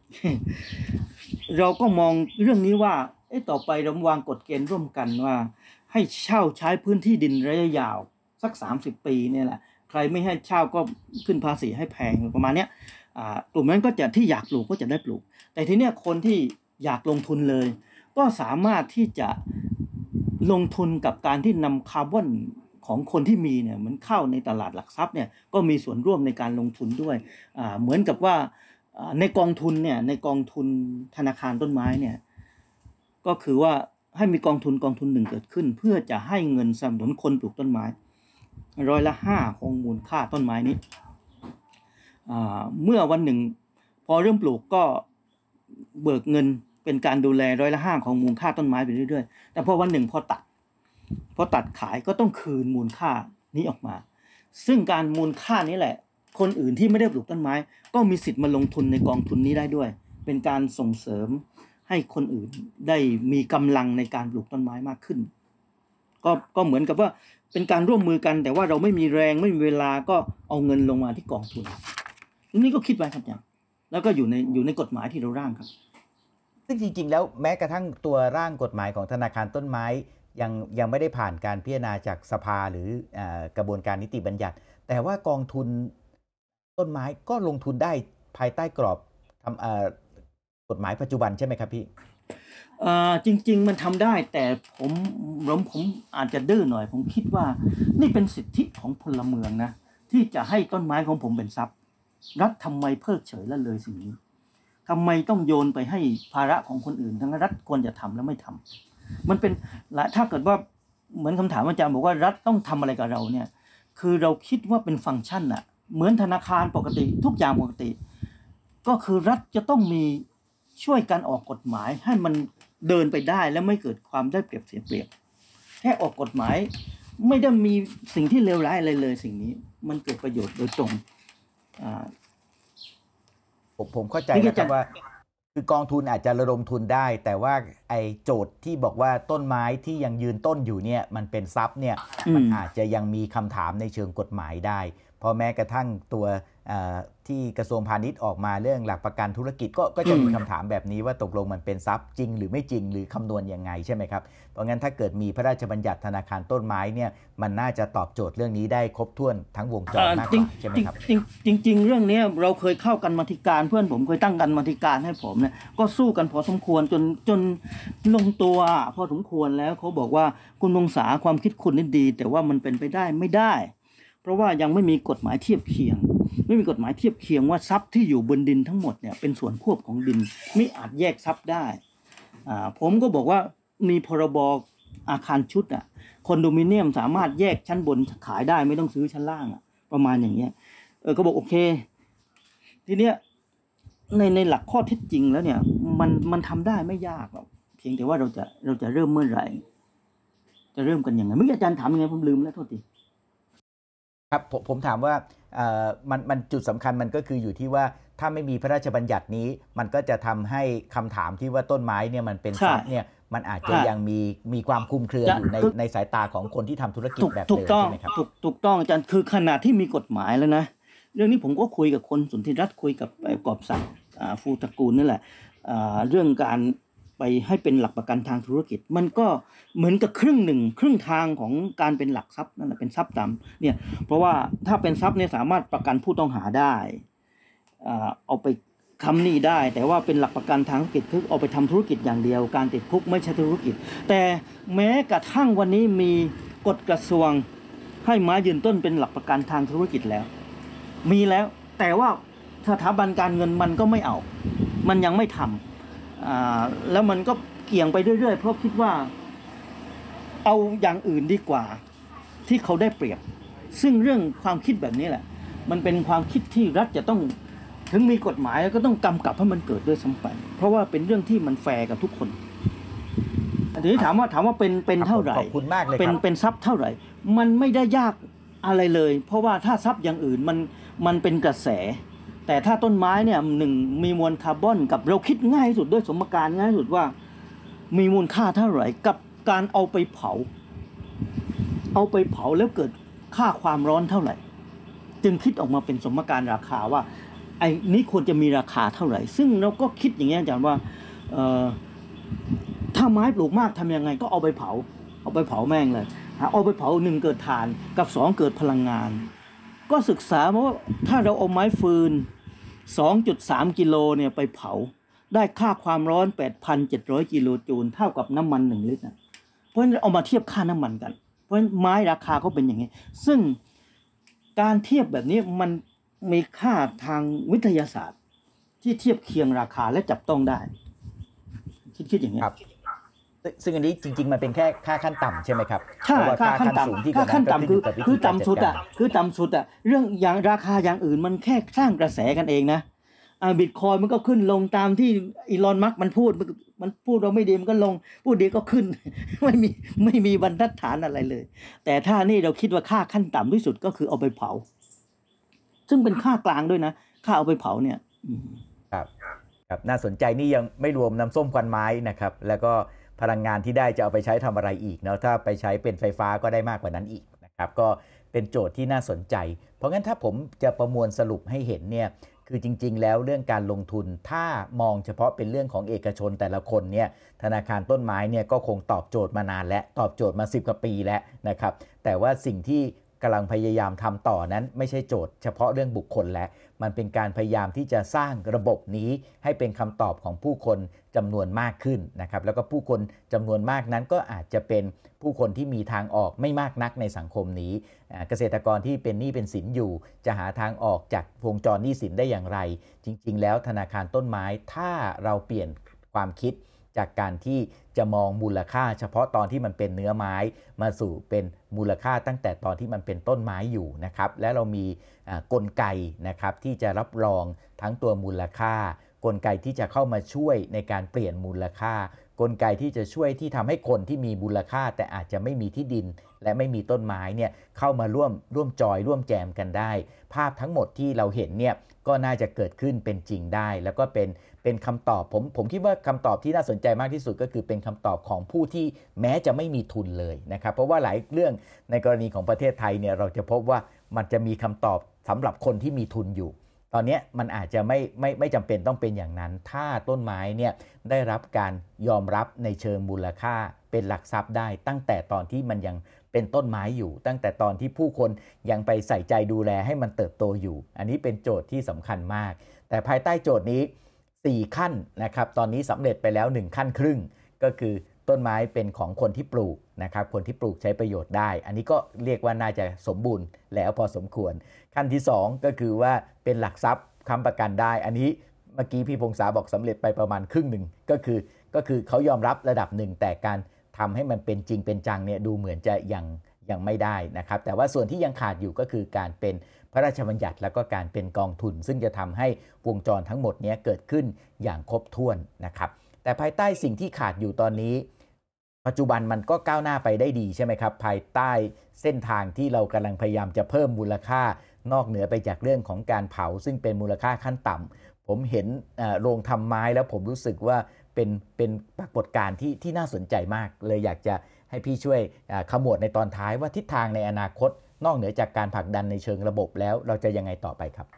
เราก็มองเรื่องนี้ว่าต่อไปเราวางกฎเกณฑ์ร่วมกันว่าให้เช่าใช้พื้นที่ดินระยะยาวสัก30 ปีเนี่ยแหละใครไม่ให้เช่าก็ขึ้นภาษีให้แพงประมาณเนี้ยกลุ่มนั้นก็จะที่อยากปลูกก็จะได้ปลูกแต่ทีเนี้ยคนที่อยากลงทุนเลยก็สามารถที่จะลงทุนกับการที่นำคาร์บอนของคนที่มีเนี่ยมันเข้าในตลาดหลักทรัพย์เนี่ยก็มีส่วนร่วมในการลงทุนด้วยเหมือนกับว่าในกองทุนธนาคารต้นไม้เนี่ยก็คือว่าให้มีกองทุนหนึ่งเกิดขึ้นเพื่อจะให้เงินสนับสนุนคนปลูกต้นไม้5%ของมูลค่าต้นไม้นี้เมื่อวันหนึ่งพอเริ่มปลูกก็เบิกเงินเป็นการดูแล5%ของมูลค่าต้นไม้ไปเรื่อยๆแต่พอวันหนึ่งพอตัดขายก็ต้องคืนมูลค่านี้ออกมาซึ่งการมูลค่านี้แหละคนอื่นที่ไม่ได้ปลูกต้นไม้ก็มีสิทธิ์มาลงทุนในกองทุนนี้ได้ด้วยเป็นการส่งเสริมให้คนอื่นได้มีกำลังในการปลูกต้นไม้มากขึ้นก็เหมือนกับว่าเป็นการร่วมมือกันแต่ว่าเราไม่มีแรงไม่มีเวลาก็เอาเงินลงมาที่กองทุนนี่ก็คิดไว้ครับอย่างแล้วก็อยู่ในกฎหมายที่เราร่างครับซึ่งจริงๆแล้วแม้กระทั่งตัวร่างกฎหมายของธนาคารต้นไม้ยังไม่ได้ผ่านการพิจารณาจากสภาหรือกระบวนการนิติบัญญัติแต่ว่ากองทุนต้นไม้ก็ลงทุนได้ภายใต้กรอบกฎหมายปัจจุบันใช่ไหมครับพี่จริงๆมันทำได้แต่ผมอาจจะดื้อหน่อยผมคิดว่านี่เป็นสิทธิของพลเมืองนะที่จะให้ต้นไม้ของผมเป็นทรัพย์รัฐทำไมเพิกเฉยละเลยสิ่งนี้ทำไมต้องโยนไปให้ภาระของคนอื่นทั้งรัฐควรจะทำแล้วไม่ทำมันเป็นถ้าเกิดว่าเหมือนคำถามอาจารย์บอกว่ารัฐต้องทำอะไรกับเราเนี่ยคือเราคิดว่าเป็นฟังก์ชันอะเหมือนธนาคารปกติทุกอย่างปกติก็คือรัฐจะต้องมีช่วยการออกกฎหมายให้มันเดินไปได้และไม่เกิดความได้เปรียบเสียเปรียบแค่ออกกฎหมายไม่ได้มีสิ่งที่เลวร้ายอะไรเลยสิ่งนี้มันเกิดประโยชน์โดยตรงผมเข้าใจนะครับว่าคือกองทุนอาจจะระดมทุนได้แต่ว่าไอ้โจทย์ที่บอกว่าต้นไม้ที่ยังยืนต้นอยู่เนี่ยมันเป็นทรัพย์เนี่ยมันอาจจะยังมีคำถามในเชิงกฎหมายได้พอแม้กระทั่งตัวที่กระทรวงพาณิชย์ออกมาเรื่องหลักประกันธุรกิจก็จะมีคำถามแบบนี้ว่าตกลงมันเป็นทรัพย์จริงหรือไม่จริงหรือคำนวณยังไงใช่ไหมครับเพราะงั้นถ้าเกิดมีพระราชบัญญัติธนาคารต้นไม้เนี่ยมันน่าจะตอบโจทย์เรื่องนี้ได้ครบถ้วนทั้งวงจรมากกว่าใช่ไหมครับจริงเรื่องนี้เราเคยเข้ากันมาธิการเพื่อนผมเคยตั้งกันมาธิการให้ผมเนี่ยก็สู้กันพอสมควรจนลงตัวพอสมควรแล้วเขาบอกว่าคุณวงศาความคิดคุณนี่ดีแต่ว่ามันเป็นไปได้ไม่ได้เพราะว่ายังไม่มีกฎหมายเทียบเคียงไม่มีกฎหมายเทียบเคียงว่าทรัพย์ที่อยู่บนดินทั้งหมดเนี่ยเป็นส่วนควบของดินไม่อาจแยกทรัพย์ได้ผมก็บอกว่ามีพรบอาคารชุดคอนโดมิเนียมสามารถแยกชั้นบนขายได้ไม่ต้องซื้อชั้นล่างประมาณอย่างเงี้ยก็บอกโอเคทีเนี้ยในหลักข้อเท็จจริงแล้วเนี่ยมันทำได้ไม่ยากหรอกเพียงแต่ว่าเราจะเริ่มเมื่อไหร่จะเริ่มกันยังไงเมื่อกี้อาจารย์ถามยังไงผมลืมแล้วโทษทีครับผมถามว่ามันจุดสำคัญมันก็คืออยู่ที่ว่าถ้าไม่มีพระราชบัญญัตินี้มันก็จะทำให้คำถามที่ว่าต้นไม้เนี่ยมันเป็นทรัพย์เนี่ยมันอาจจะยังมีความคลุมเครืออยู่ในสายตาของคนที่ทำธุรกิจแบบเดิมใช่ไหมครับถูกต้องอาจารย์คือขนาดที่มีกฎหมายแล้วนะเรื่องนี้ผมก็คุยกับคนสุนทรรัตน์คุยกับกอบศักดิ์ฟูตระกูลนี่แหละเรื่องการไปให้เป็นหลักประกันทางธุรกิจมันก็เหมือนกับครึ่งทางของการเป็นหลักทรัพย์นั่นแหละเป็นทรัพย์ดำเนี่ยเพราะว่าถ้าเป็นทรัพย์เนี่ยสามารถประกันผู้ต้องหาได้เอาไปทำหนี้ได้แต่ว่าเป็นหลักประกันทางธุรกิจคือเอาไปทำธุรกิจอย่างเดียวการติดคุกไม่ใช่ธุรกิจแต่แม้กระทั่งวันนี้มีกฎกระทรวงให้ไม้ยืนต้นเป็นหลักประกันทางธุรกิจแล้วมีแล้วแต่ว่าสถาบันการเงินมันก็ไม่เอามันยังไม่ทำแล้วมันก็เกี่ยงไปเรื่อยๆเพราะคิดว่าเอาอย่างอื่นดีกว่าที่เขาได้เปรียบซึ่งเรื่องความคิดแบบนี้แหละมันเป็นความคิดที่รัฐจะต้องถึงมีกฎหมายแล้วก็ต้องกำกับให้มันเกิดด้วยซ้ำไปเพราะว่าเป็นเรื่องที่มันแฟร์กับทุกคนทีนี้ถามว่าเป็นเท่าไหร่ขอบคุณมากเลยครับเป็นทรัพย์เท่าไหร่มันไม่ได้ยากอะไรเลยเพราะว่าถ้าทรัพย์อย่างอื่นมันเป็นกระแสแต่ถ้าต้นไม้เนี่ยมีมวลคาร์บอนกับเราคิดง่ายที่สุดด้วยสมการง่ายที่สุดว่ามีมูลค่าเท่าไหร่กับการเอาไปเผาแล้วเกิดค่าความร้อนเท่าไหร่จึงคิดออกมาเป็นสมการราคาว่าไอ้นี้ควรจะมีราคาเท่าไหร่ซึ่งเราก็คิดอย่างเงี้ยอาจารย์ว่าถ้าไม้ปลูกมากทำยังไงก็เอาไปเผาแม่งเลยเอาไปเผา1เกิดถ่านกับ2เกิดพลังงานก็ศึกษาว่าถ้าเราเอาไม้ฟืน 2.3 กิโลเนี่ยไปเผาได้ค่าความร้อน 8,700 กิโลจูลเท่ากับน้ำมัน1ลิตรเพราะฉะนั้นเอามาเทียบค่าน้ำมันกันเพราะฉะนั้นไม้ราคาก็เป็นอย่างนี้ซึ่งการเทียบแบบนี้มันมีค่าทางวิทยาศาสตร์ที่เทียบเคียงราคาและจับต้องได้คิดอย่างนี้ซึ่งอันนี้จริงๆมันเป็นแค่ค่าขั้นต่ำใช่ไหมครับค่าขั้นต่ำค่าขั้นต่ำคือต่ำสุดเรื่องอย่างราคาอย่างอื่นมันแค่สร้างกระแสกันเองนะบิตคอยมันก็ขึ้นลงตามที่อีลอนมัสก์มันพูดเราไม่ดีมันก็ลงพูดดีก็ขึ้นไม่มีบรรทัดฐานอะไรเลยแต่ถ้านี่เราคิดว่าค่าขั้นต่ำที่สุดก็คือเอาไปเผาซึ่งเป็นค่ากลางด้วยนะค่าเอาไปเผาเนี่ยครับน่าสนใจนี่ยังไม่รวมน้ำส้มควันไม้นะครับแล้วก็พลังงานที่ได้จะเอาไปใช้ทำอะไรอีกเนาะถ้าไปใช้เป็นไฟฟ้าก็ได้มากกว่านั้นอีกนะครับก็เป็นโจทย์ที่น่าสนใจเพราะงั้นถ้าผมจะประมวลสรุปให้เห็นเนี่ยคือจริงๆแล้วเรื่องการลงทุนถ้ามองเฉพาะเป็นเรื่องของเอกชนแต่ละคนเนี่ยธนาคารต้นไม้เนี่ยก็คงตอบโจทย์มานานและตอบโจทย์มา10 กว่าปีแล้วนะครับแต่ว่าสิ่งที่กำลังพยายามทำต่อนั้นไม่ใช่โจทย์เฉพาะเรื่องบุคคลแล้วมันเป็นการพยายามที่จะสร้างระบบนี้ให้เป็นคำตอบของผู้คนจำนวนมากขึ้นนะครับแล้วก็ผู้คนจำนวนมากนั้นก็อาจจะเป็นผู้คนที่มีทางออกไม่มากนักในสังคมนี้เกษตรกรที่เป็นหนี้เป็นสินอยู่จะหาทางออกจากวงจรหนี้สินได้อย่างไรจริงๆแล้วธนาคารต้นไม้ถ้าเราเปลี่ยนความคิดจากการที่จะมองมูลค่าเฉพาะตอนที่มันเป็นเนื้อไม้มาสู่เป็นมูลค่าตั้งแต่ตอนที่มันเป็นต้นไม้อยู่นะครับและเรามีกลไกนะครับที่จะรับรองทั้งตัวมูลค่ากลไกที่จะเข้ามาช่วยในการเปลี่ยนมูลค่ากลไกที่จะช่วยที่ทำให้คนที่มีมูลค่าแต่อาจจะไม่มีที่ดินและไม่มีต้นไม้เนี่ยเข้ามาร่วมจอยร่วมแจมกันได้ภาพทั้งหมดที่เราเห็นเนี่ยก็น่าจะเกิดขึ้นเป็นจริงได้แล้วก็เป็นคำตอบผมคิดว่าคำตอบที่น่าสนใจมากที่สุดก็คือเป็นคำตอบของผู้ที่แม้จะไม่มีทุนเลยนะครับเพราะว่าหลายเรื่องในกรณีของประเทศไทยเนี่ยเราจะพบว่ามันจะมีคำตอบสำหรับคนที่มีทุนอยู่ตอนนี้มันอาจจะไม่จำเป็นต้องเป็นอย่างนั้น ถ้าต้นไม้เนี่ยได้รับการยอมรับในเชิงมูลค่าเป็นหลักทรัพย์ได้ตั้งแต่ตอนที่มันยังเป็นต้นไม้อยู่ตั้งแต่ตอนที่ผู้คนยังไปใส่ใจดูแลให้มันเติบโตอยู่อันนี้เป็นโจทย์ที่สำคัญมากแต่ภายใต้โจทย์นี้4ขั้นนะครับตอนนี้สำเร็จไปแล้ว1ขั้นครึ่งก็คือต้นไม้เป็นของคนที่ปลูกนะครับคนที่ปลูกใช้ประโยชน์ได้อันนี้ก็เรียกว่าน่าจะสมบูรณ์แล้วพอสมควรขั้นที่2ก็คือว่าเป็นหลักทรัพย์ค้ำประกันได้อันนี้เมื่อกี้พี่พงษาบอกสำเร็จไปประมาณครึ่งหนึ่งก็คือเขายอมรับระดับหนึ่งแต่การทำให้มันเป็นจริงเป็นจังเนี่ยดูเหมือนจะยังไม่ได้นะครับแต่ว่าส่วนที่ยังขาดอยู่ก็คือการเป็นพระราชบัญญัติแล้วก็การเป็นกองทุนซึ่งจะทำให้วงจรทั้งหมดนี้เกิดขึ้นอย่างครบถ้วนนะครับแต่ภายใต้สิ่งที่ขาดอยู่ตอนนี้ปัจจุบันมันก็ก้าวหน้าไปได้ดีใช่ไหมครับภายใต้เส้นทางที่เรากำลังพยายามจะเพิ่มมูลค่านอกเหนือไปจากเรื่องของการเผาซึ่งเป็นมูลค่าขั้นต่ำผมเห็นโรงทำไม้แล้วผมรู้สึกว่าเป็นปรากฏการณ์ที่น่าสนใจมากเลยอยากจะให้พี่ช่วยขมวดในตอนท้ายว่าทิศทางในอนาคตนอกเหนือจากการผลักดันในเชิงระบบแล้วเราจะยังไงต่อไปครับ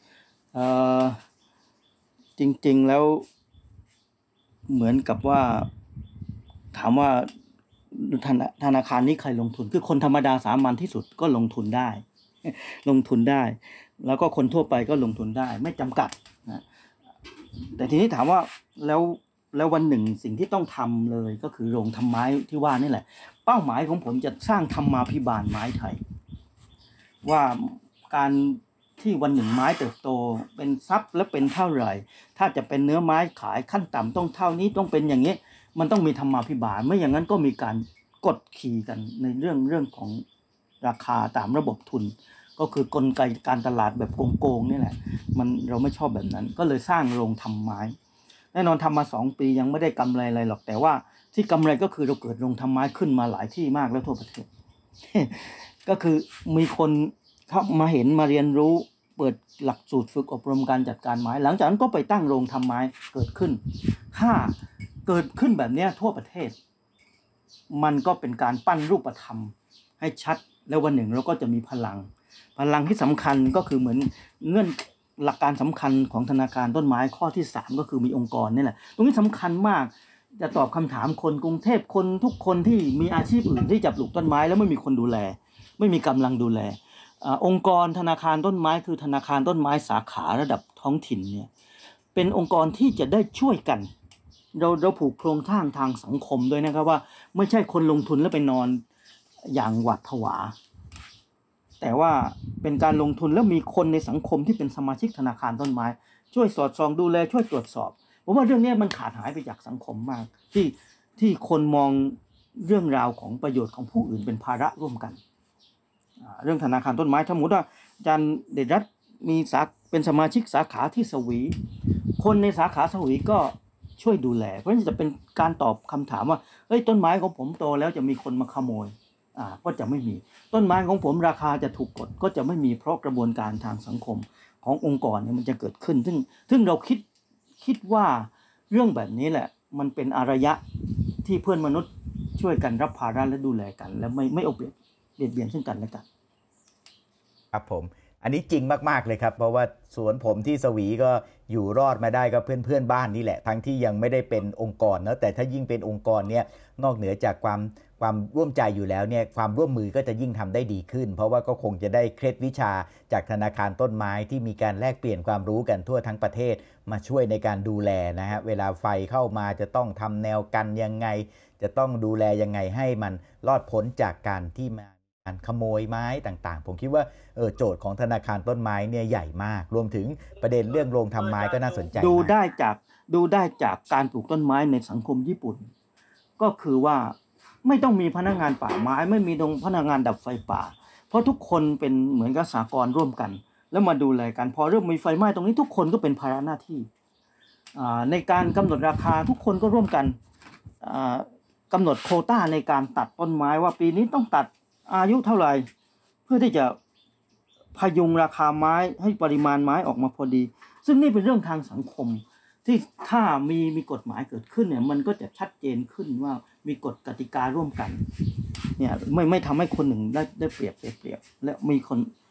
จริงๆแล้วเหมือนกับว่าถามว่าธนาคารนี้ใครลงทุนคือคนธรรมดาสามัญที่สุดก็ลงทุนได้ลงทุนได้แล้วก็คนทั่วไปก็ลงทุนได้ไม่จำกัดนะแต่ทีนี้ถามว่าแล้ววันหนึ่งสิ่งที่ต้องทำเลยก็คือโรงทำไม้ที่ว่านี่แหละเป้าหมายของผมจะสร้างธรรมาภิบาลไม้ไทยว่าการที่วันหนึ่งไม้เติบโตเป็นทรัพย์และเป็นเท่าไหร่ถ้าจะเป็นเนื้อไม้ขายขั้นต่ำต้องเท่านี้ต้องเป็นอย่างนี้มันต้องมีธรรมาภิบาลไม่อย่างนั้นก็มีการกดขี่กันในเรื่องของราคาตามระบบทุนก็คือกลไกการตลาดแบบโกงๆนี่แหละเราไม่ชอบแบบนั้นก็เลยสร้างโรงทำไม้แน่นอนทำมา2 ปียังไม่ได้กำไรอะไรหรอกแต่ว่าที่กำไรก็คือเราเกิดโรงทำไม้ขึ้นมาหลายที่มากแล้วทั่วประเทศ ก็คือมีคนเข้ามาเห็นมาเรียนรู้เปิดหลักสูตรฝึกอบรมการจัดการไม้หลังจากนั้นก็ไปตั้งโรงทำไม้เกิดขึ้นถ้าเกิดขึ้นแบบนี้ทั่วประเทศมันก็เป็นการปั้นรูปธรรมให้ชัดแล้ววันหนึ่งเราก็จะมีพลังที่สำคัญก็คือเหมือนเงื่อนหลักการสำคัญของธนาคารต้นไม้ข้อที่3ก็คือมีองค์กรนี่แหละตรงนี้สำคัญมากจะตอบคำถามคนกรุงเทพคนทุกคนที่มีอาชีพอื่นที่จะปลูกต้นไม้แล้วไม่มีคนดูแลไม่มีกำลังดูแลองค์กรธนาคารต้นไม้คือธนาคารต้นไม้สาขาระดับท้องถิ่นเนี่ยเป็นองค์กรที่จะได้ช่วยกันเราผูกโครงสร้างทางสังคมด้วยนะครับว่าไม่ใช่คนลงทุนแล้วไปนอนอย่างหวาดผวาแต่ว่าเป็นการลงทุนแล้วมีคนในสังคมที่เป็นสมาชิกธนาคารต้นไม้ช่วยสอดส่องดูแลช่วยตรวจสอบผมว่าเรื่องนี้มันขาดหายไปจากสังคมมากที่คนมองเรื่องราวของประโยชน์ของผู้อื่นเป็นภาระร่วมกันเรื่องธนาคารต้นไม้สมมุติว่าอาจารย์เดชรัตน์มีเป็นสมาชิกสาขาที่สวีคนในสาขาสวีก็ช่วยดูแลเพราะฉะนั้นจะเป็นการตอบคำถามว่าเฮ้ยต้นไม้ของผมโตแล้วจะมีคนมาขโมยก็จะไม่มีต้นไม้ของผมราคาจะถูกกดก็จะไม่มีเพราะกระบวนการทางสังคมขององค์กรเนี่ยมันจะเกิดขึ้นซึ่งเราคิดว่าเรื่องแบบนี้แหละมันเป็นอารยะที่เพื่อนมนุษย์ช่วยกันรับภาระและดูแลกันและไม่เอาเปรียบเบียนซึ่งกันและกันครับผมอันนี้จริงมากๆเลยครับเพราะว่าสวนผมที่สวีก็อยู่รอดมาได้ก็เพื่อนบ้านนี่แหละทั้งที่ยังไม่ได้เป็นองค์กรนะแต่ถ้ายิ่งเป็นองค์กรเนี่ยนอกเหนือจากความร่วมใจอยู่แล้วเนี่ยความร่วมมือก็จะยิ่งทำได้ดีขึ้นเพราะว่าก็คงจะได้เคล็ดวิชาจากธนาคารต้นไม้ที่มีการแลกเปลี่ยนความรู้กันทั่วทั้งประเทศมาช่วยในการดูแลนะฮะเวลาไฟเข้ามาจะต้องทำแนวกันยังไงจะต้องดูแลยังไงให้มันรอดพ้นจากการที่มาการขโมยไม้ต่างๆผมคิดว่าโจทย์ของธนาคารต้นไม้เนี่ยใหญ่มากรวมถึงประเด็นเรื่องโรงทำไม้ก็น่าสนใจดูได้จากการปลูกต้นไม้ในสังคมญี่ปุ่นก็คือว่าไม่ต้องมีพนักงานป่าไม้ไม่มีพนักงานดับไฟป่าเพราะทุกคนเป็นเหมือนกับสหกรณ์ร่วมกันแล้วมาดูแลกันพอเริ่มมีไฟไหม้ตรงนี้ทุกคนก็เป็นภาระหน้าที่ในการกำหนดราคาทุกคนก็ร่วมกันกำหนดโควต้าในการตัดต้นไม้ว่าปีนี้ต้องตัดอายุเท่าไหร่เพื่อที่จะพยุงราคาไม้ให้ปริมาณไม้ออกมาพอดีซึ่งนี่เป็นเรื่องทางสังคมที่ถ้ามีกฎหมายเกิดขึ้นเนี่ยมันก็จะชัดเจนขึ้นว่ามีกฎกติการ่วมกันเนี่ยไม่ทำให้คนหนึ่งได้เปรียบเสียเปรียบและมีคน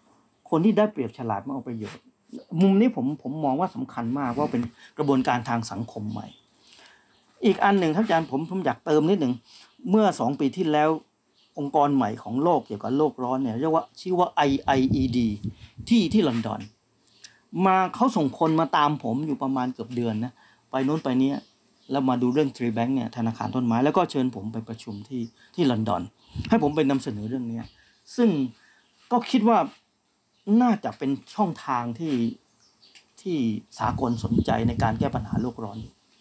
คนที่ได้เปรียบฉลาดมาเอาประโยชน์มุมนี้ผมมองว่าสำคัญมากว่าเป็นกระบวนการทางสังคมใหม่อีกอันหนึ่งครับอาจารย์ผมอยากเติมนิดหนึ่งเมื่อ2 ปีที่แล้วองค์กรใหม่ของโลกเกี่ยวกับโลกร้อนเนี่ยเรียกว่าชื่อว่า IIED ที่ลอนดอนมาเขาส่งคนมาตามผมอยู่ประมาณเกือบเดือนนะไปโน้นไปนี้แล้วมาดูเรื่อง Tree Bank เนี่ยธนาคารต้นไม้แล้วก็เชิญผมไปประชุมที่ลอนดอนให้ผมไปนำเสนอเรื่องนี้ซึ่งก็คิดว่าน่าจะเป็นช่องทางที่สากลสนใจในการแก้ปัญหาโลกร้อน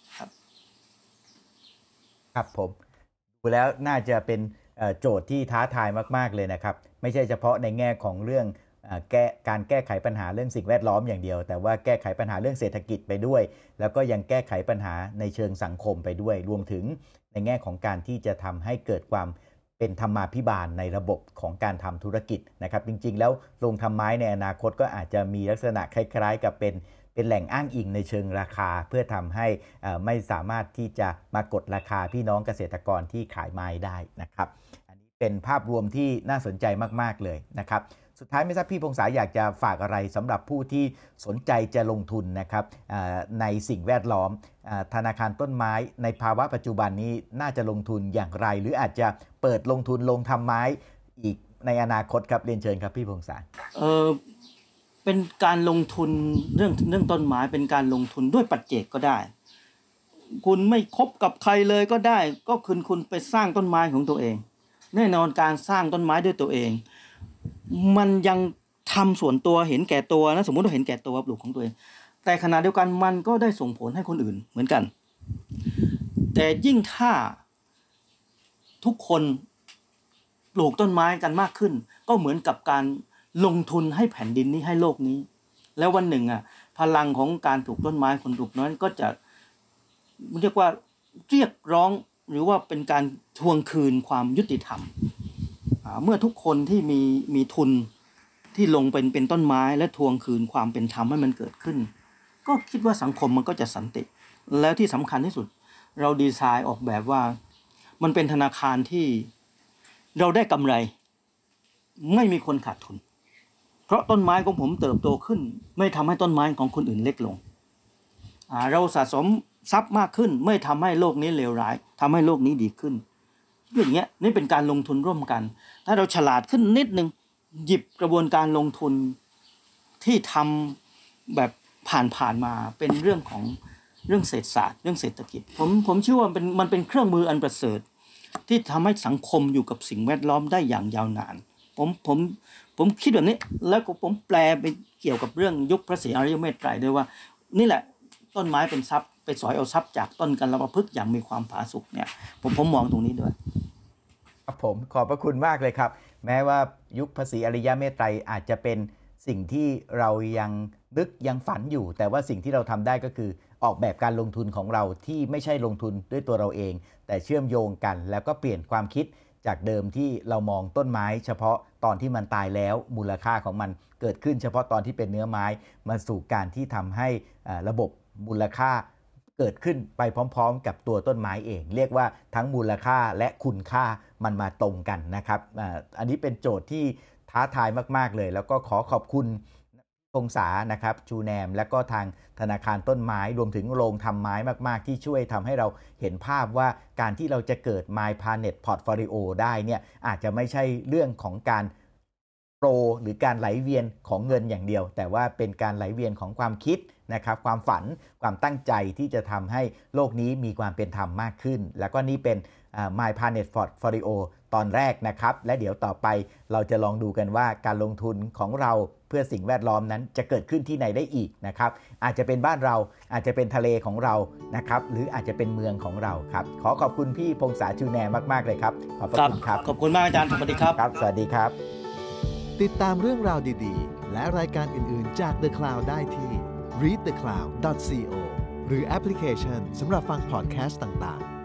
ครับผมดูแล้วน่าจะเป็นโจทย์ที่ท้าทายมากๆเลยนะครับไม่ใช่เฉพาะในแง่ของเรื่องการแก้ไขปัญหาเรื่องสิ่งแวดล้อมอย่างเดียวแต่ว่าแก้ไขปัญหาเรื่องเศรษฐกิจไปด้วยแล้วก็ยังแก้ไขปัญหาในเชิงสังคมไปด้วยรวมถึงในแง่ของการที่จะทำให้เกิดความเป็นธรรมาภิบาลในระบบของการทำธุรกิจนะครับจริงๆแล้วโรงทำไม้ในอนาคตก็อาจจะมีลักษณะคล้ายๆกับเป็นแหล่งอ้างอิงในเชิงราคาเพื่อทำให้ไม่สามารถที่จะมากดราคาพี่น้องเกษตรกรที่ขายไม้ได้นะครับอันนี้เป็นภาพรวมที่น่าสนใจมากๆเลยนะครับสุดท้ายไม่ทราบพี่พงษาอยากจะฝากอะไรสำหรับผู้ที่สนใจจะลงทุนนะครับในสิ่งแวดล้อมธนาคารต้นไม้ในภาวะปัจจุบันนี้น่าจะลงทุนอย่างไรหรืออาจจะเปิดลงทุนลงทำไม้อีกในอนาคตครับเรียนเชิญครับพี่พงษาเป็นการลงทุนเรื่องต้นไม้เป็นการลงทุนด้วยปัจเจกก็ได้คุณไม่คบกับใครเลยก็ได้ก็คุณไปสร้างต้นไม้ของตัวเองแน่นอนการสร้างต้นไม้ด้วยตัวเองมันยังทำส่วนตัวเห็นแก่ตัวนะสมมุติว่าเห็นแก่ตัวปลูกของตัวเองแต่ขณะเดียวกันมันก็ได้ส่งผลให้คนอื่นเหมือนกันแต่ยิ่งถ้าทุกคนปลูกต้นไม้กันมากขึ้นก็เหมือนกับการลงทุนให้แผ่นดินนี้ให้โลกนี้แล้ววันหนึ่งพลังของการปลูกต้นไม้คนปลูกน้อยก็จะเรียกว่าเรียกร้องหรือว่าเป็นการทวงคืนความยุติธรรมเมื่อทุกคนที่มีทุนที่ลงเป็นต้นไม้และทวงคืนความเป็นธรรมให้มันเกิดขึ้นก็คิดว่าสังคมมันก็จะสันติแล้วที่สำคัญที่สุดเราดีไซน์ออกแบบว่ามันเป็นธนาคารที่เราได้กำไรไม่มีคนขาดทุนเพราะต้นไม้ของผมเติบโตขึ้นไม่ทำให้ต้นไม้ของคนอื่นเล็กลงเราสะสมทรัพย์มากขึ้นไม่ทำให้โลกนี้เลวร้ายทำให้โลกนี้ดีขึ้นอย่างเงี้ยนี่เป็นการลงทุนร่วมกันถ้าเราฉลาดขึ้นนิดนึงหยิบกระบวนการลงทุนที่ทำแบบผ่านมาเป็นเรื่องของเรื่องเศรษฐศาสตร์เรื่องเศรษฐกิจผมเชื่อว่ามันเป็นเครื่องมืออันประเสริฐที่ทำให้สังคมอยู่กับสิ่งแวดล้อมได้อย่างยาวนานผมคิดแบบนี้แล้วก็ผมแปลไปเกี่ยวกับเรื่องยุคพระศรีอริยเมตไตรด้วยว่านี่แหละต้นไม้เป็นทรัพย์ไปสอยเอาทรัพย์จากต้นกัลปพฤกษ์อย่างมีความผาสุกเนี่ยผมมองตรงนี้ด้วยครับผมขอบพระคุณมากเลยครับแม้ว่ายุคพระศรีอริยเมตไตรอาจจะเป็นสิ่งที่เรายังนึกยังฝันอยู่แต่ว่าสิ่งที่เราทำได้ก็คือออกแบบการลงทุนของเราที่ไม่ใช่ลงทุนด้วยตัวเราเองแต่เชื่อมโยงกันแล้วก็เปลี่ยนความคิดจากเดิมที่เรามองต้นไม้เฉพาะตอนที่มันตายแล้วมูลค่าของมันเกิดขึ้นเฉพาะตอนที่เป็นเนื้อไม้มาสู่การที่ทำให้ระบบมูลค่าเกิดขึ้นไปพร้อมๆกับตัวต้นไม้เองเรียกว่าทั้งมูลค่าและคุณค่ามันมาตรงกันนะครับอันนี้เป็นโจทย์ที่ท้าทายมากๆเลยแล้วก็ขอขอบคุณพงษานะครับชูแนมและก็ทางธนาคารต้นไม้รวมถึงโรงทำไม้มากๆที่ช่วยทำให้เราเห็นภาพว่าการที่เราจะเกิด My Planet Portfolio ได้เนี่ยอาจจะไม่ใช่เรื่องของการโปรหรือการไหลเวียนของเงินอย่างเดียวแต่ว่าเป็นการไหลเวียนของความคิดนะครับความฝันความตั้งใจที่จะทำให้โลกนี้มีความเป็นธรรมมากขึ้นแล้วก็นี่เป็นMy Planet Portfolio ตอนแรกนะครับและเดี๋ยวต่อไปเราจะลองดูกันว่าการลงทุนของเราเพื่อสิ่งแวดล้อมนั้นจะเกิดขึ้นที่ไหนได้อีกนะครับอาจจะเป็นบ้านเราอาจจะเป็นทะเลของเรานะครับหรืออาจจะเป็นเมืองของเราครับขอขอบคุณพี่พงษาชูแนมากๆเลยครับขอบคุณครับขอบคุณมากอาจารย์สวัสดีครับครับสวัสดีครับติดตามเรื่องราวดีๆและรายการอื่นๆจาก The Cloud ได้ที่ readthecloud.co หรือแอปพลิเคชันสำหรับฟังพอดแคสต์ต่างๆ